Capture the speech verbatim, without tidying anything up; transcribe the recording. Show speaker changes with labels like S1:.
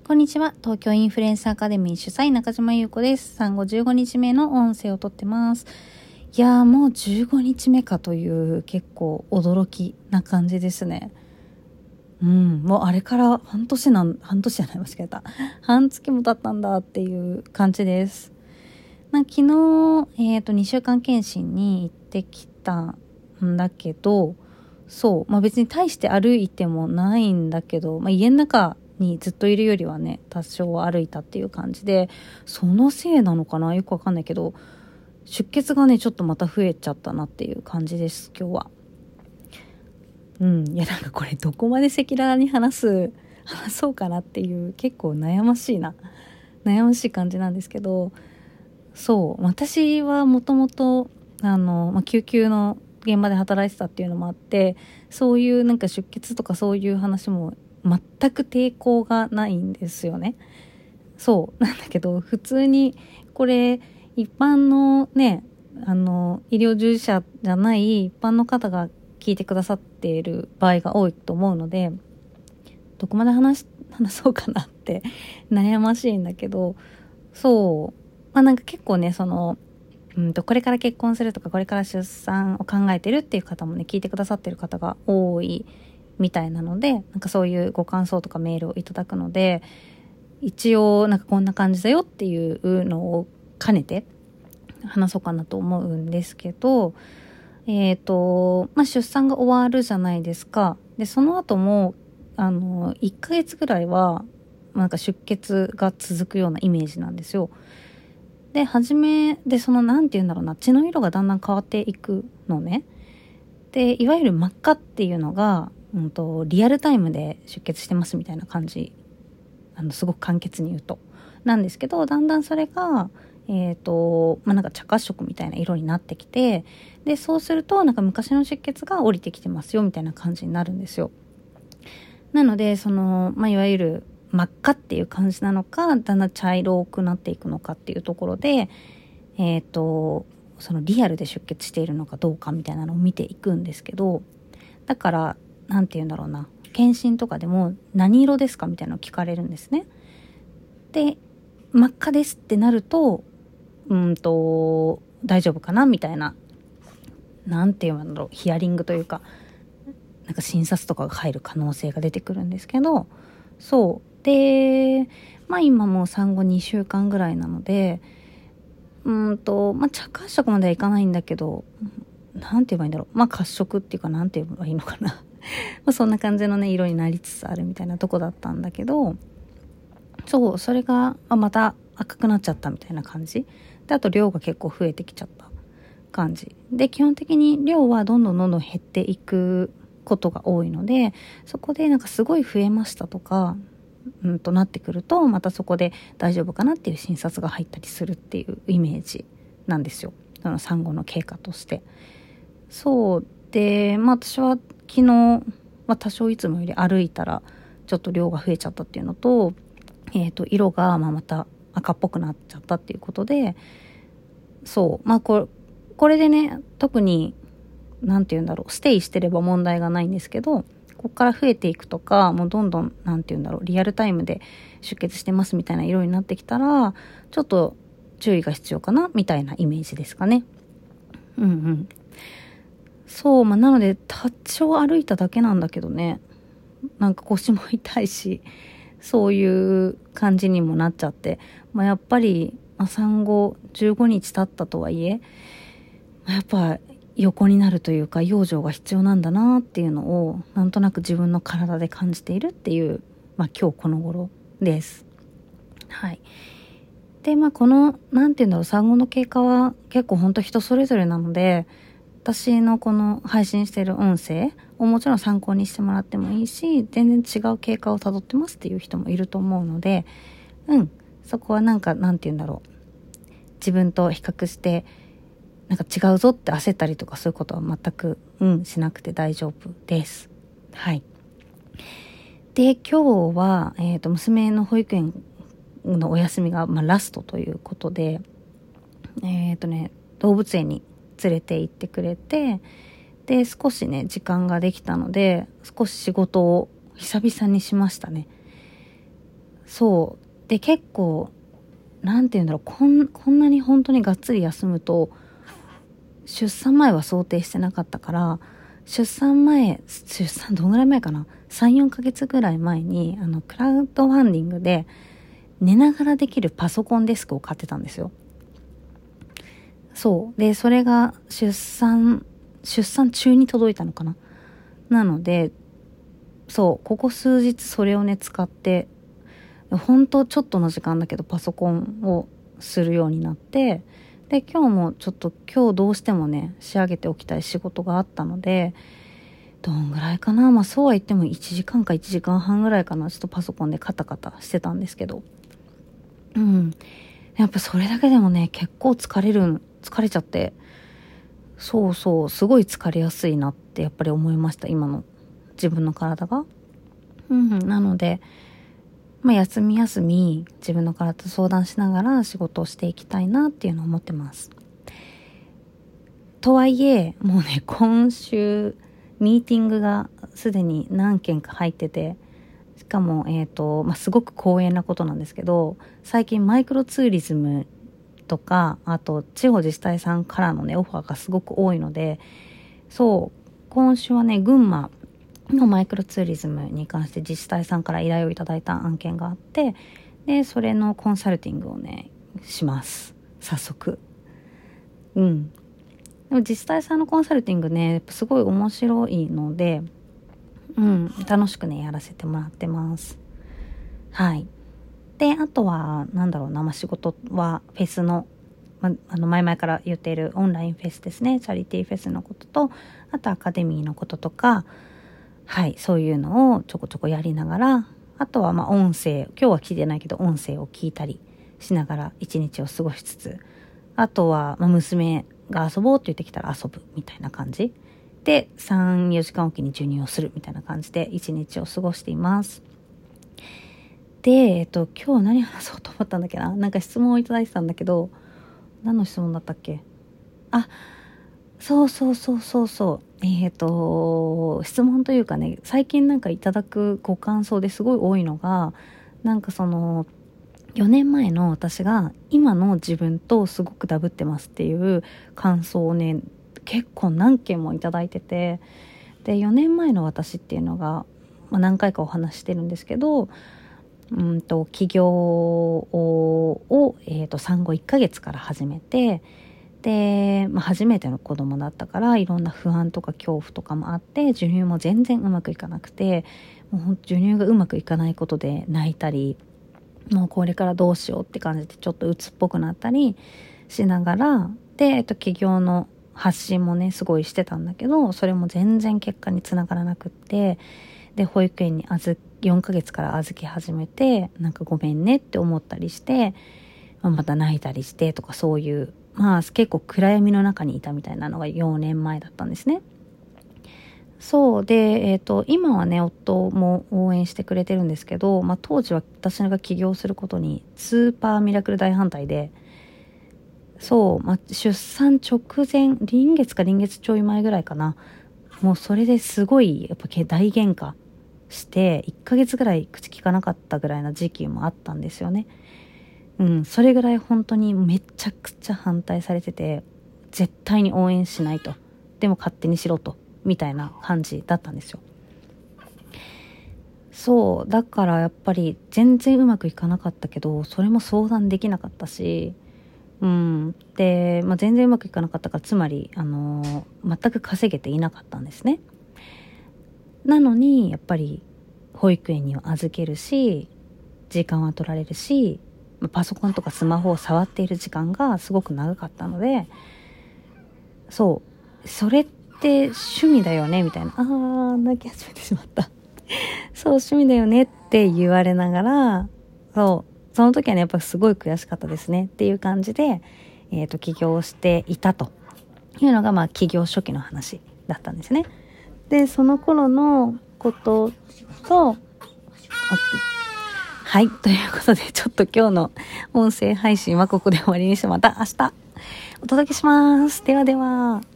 S1: こんにちは。東京インフルエンサーアカデミー主催中島優子です。産後じゅうごにちめの音声をとってます。いやーもうじゅうごにちめかという結構驚きな感じですね。うん、もうあれから半年なん、半年じゃない間違えた。半月も経ったんだっていう感じです。まあ、昨日、えっと、にしゅうかん検診に行ってきたんだけど、そう、まあ別に大して歩いてもないんだけど、まあ家の中にずっといるよりはね、多少は歩いたっていう感じで、そのせいなのかなよくわかんないけど、出血がね、ちょっとまた増えちゃったなっていう感じです、今日は。うん、いやなんかこれどこまで赤裸々に話す、話そうかなっていう結構悩ましいな、悩ましい感じなんですけど、そう、私はもともと、あの、まあ、救急の現場で働いてたっていうのもあって、そういうなんか出血とかそういう話も全く抵抗がないんですよね。そうなんだけど、普通にこれ一般のね、あの医療従事者じゃない一般の方が聞いてくださっている場合が多いと思うので、どこまで話話そうかなって悩ましいんだけど、そうまあなんか結構ね、そのうんとこれから結婚するとかこれから出産を考えてるっていう方もね、聞いてくださってる方が多いみたいなので、なんかそういうご感想とかメールをいただくので、一応なんかこんな感じだよっていうのを兼ねて話そうかなと思うんですけど、えっとまあ出産が終わるじゃないですか。でその後もあのいっかげつぐらいはなんか出血が続くようなイメージなんですよ。で初めでそのなんて言うんだろうな、血の色がだんだん変わっていくのね。でいわゆる真っ赤っていうのが、うんと、リアルタイムで出血してますみたいな感じ、あのすごく簡潔に言うとなんですけど、だんだんそれがえっとまあなんか茶褐色みたいな色になってきて、でそうするとなんか昔の出血が降りてきてますよみたいな感じになるんですよ。なのでそのまあいわゆる真っ赤っていう感じなのか、だんだん茶色くなっていくのかっていうところで、えっとそのリアルで出血しているのかどうかみたいなのを見ていくんですけど、だからなんて言うんだろうな、検診とかでも何色ですかみたいなのを聞かれるんですね。で真っ赤ですってなると、うんと大丈夫かなみたいな、なんて言うんだろう、ヒアリングというか、なんか診察とかが入る可能性が出てくるんですけど、そうでまあ今もう産後にしゅうかんぐらいなので、うんとまあ茶褐色まではいかないんだけど、なんて言えばいいんだろう、まあ褐色っていうか、なんて言えばいいのかなまあそんな感じのね色になりつつあるみたいなとこだったんだけど、そうそれがまた赤くなっちゃったみたいな感じで、あと量が結構増えてきちゃった感じで、基本的に量はどんどんどんどん減っていくことが多いので、そこでなんかすごい増えましたとか、うんとなってくると、またそこで大丈夫かなっていう診察が入ったりするっていうイメージなんですよ、その産後の経過として。そうで、まあ私は昨日、まあ、多少いつもより歩いたらちょっと量が増えちゃったっていうのと、えーと色がまあまた赤っぽくなっちゃったっていうことで、そうまあこれこれでね、特になんて言うんだろう、ステイしてれば問題がないんですけど、ここから増えていくとか、もうどんどんなんて言うんだろう、リアルタイムで出血してますみたいな色になってきたら、ちょっと注意が必要かなみたいなイメージですかね。うんうん。そう、まあなので多少歩いただけなんだけどね、なんか腰も痛いし、そういう感じにもなっちゃって、まあやっぱり、まあ、産後じゅうごにち経ったとはいえ、まあ、やっぱ横になるというか養生が必要なんだなっていうのをなんとなく自分の体で感じているっていう、まあ今日この頃です。はい。でまあこのなんていうんだろう、産後の経過は結構ほんと人それぞれなので、私のこの配信している音声をもちろん参考にしてもらってもいいし、全然違う経過をたどってますっていう人もいると思うので、うんそこはなんかなんていうんだろう、自分と比較してなんか違うぞって焦ったりとかそういうことは全く、うん、しなくて大丈夫です。はい。で、今日は、えっと、娘の保育園のお休みが、まあ、ラストということで、えっとね、動物園に連れて行ってくれて、で、少しね、時間ができたので、少し仕事を久々にしましたね。 そう。で、結構、なんていうんだろう、こん、こんなに本当にがっつり休むと、出産前は想定してなかったから、出産前、出産どんぐらい前かな ?さん、よんかげつぐらい前に、あの、クラウドファンディングで、寝ながらできるパソコンデスクを買ってたんですよ。そう。で、それが出産、出産中に届いたのかな。なので、そう、ここ数日それをね、使って、本当ちょっとの時間だけどパソコンをするようになって、で、今日もちょっと今日どうしてもね、仕上げておきたい仕事があったので、どんぐらいかな、まあそうは言ってもいちじかんかいちじかんはんぐらいかな、ちょっとパソコンでカタカタしてたんですけど。うん。やっぱそれだけでもね、結構疲れる、疲れちゃって、そうそう、すごい疲れやすいなってやっぱり思いました、今の自分の体が。うん、なので、まあ休み休み自分の体と相談しながら仕事をしていきたいなっていうのを思ってます。とはいえ、もうね、今週、ミーティングがすでに何件か入ってて、しかも、えっと、まあ、すごく光栄なことなんですけど、最近マイクロツーリズムとか、あと地方自治体さんからのね、オファーがすごく多いので、そう、今週はね、群馬のマイクロツーリズムに関して自治体さんから依頼をいただいた案件があって、で、それのコンサルティングをね、します。早速。うん。でも自治体さんのコンサルティングね、すごい面白いので、うん、楽しくね、やらせてもらってます。はい。で、あとは、なんだろうな、まあ、仕事はフェスの、ま、あの、前々から言っているオンラインフェスですね。チャリティーフェスのことと、あとアカデミーのこととか、はい、そういうのをちょこちょこやりながら、あとはまあ音声、今日は聞いてないけど音声を聞いたりしながら一日を過ごしつつ、あとはまあ娘が遊ぼうって言ってきたら遊ぶみたいな感じで、さん、よじかんおきに授乳をするみたいな感じで一日を過ごしています。で、えっと、今日何話そうと思ったんだっけな、なんか質問をいただいてたんだけど、何の質問だったっけ。あ、そうそうそうそうそう。えっと、質問というかね、最近なんかいただくご感想ですごい多いのが、なんかその、よねんまえの私が今の自分とすごくダブってますっていう感想をね、結構何件もいただいてて、で、よねんまえの私っていうのが、まあ、何回かお話してるんですけど、うんと、起業を、えっと、産後いっかげつから始めて、で、まあ、初めての子供だったからいろんな不安とか恐怖とかもあって、授乳も全然うまくいかなくて、もうほんと授乳がうまくいかないことで泣いたり、もうこれからどうしようって感じでちょっと鬱っぽくなったりしながら、で、えっと、起業の発信もねすごいしてたんだけど、それも全然結果につながらなくって、で保育園に預よんかげつから預け始めて、なんかごめんねって思ったりして、まあ、また泣いたりしてとか、そういうまあ結構暗闇の中にいたみたいなのがよねんまえだったんですね。そうで、えっと、今はね、夫も応援してくれてるんですけど、まあ当時は私が起業することにスーパーミラクル大反対で、そう、まあ出産直前、臨月か臨月ちょい前ぐらいかな。もうそれですごい、やっぱ大喧嘩して、いっかげつぐらい口聞かなかったぐらいな時期もあったんですよね。うん、それぐらい本当にめちゃくちゃ反対されてて、絶対に応援しないと。でも勝手にしろと。みたいな感じだったんですよ。そう。だからやっぱり全然うまくいかなかったけど、それも相談できなかったし、うん。で、まあ、全然うまくいかなかったから、つまり、あのー、全く稼げていなかったんですね。なのに、やっぱり保育園には預けるし、時間は取られるし、パソコンとかスマホを触っている時間がすごく長かったので、そう、それって趣味だよねみたいな、あー、泣き始めてしまった。そう、趣味だよねって言われながら、そう、その時はね、やっぱすごい悔しかったですねっていう感じで、えっと、起業していたというのが、まあ、起業初期の話だったんですね。で、その頃のことと、はい。ということで、ちょっと今日の音声配信はここで終わりにして、また明日お届けします。ではでは。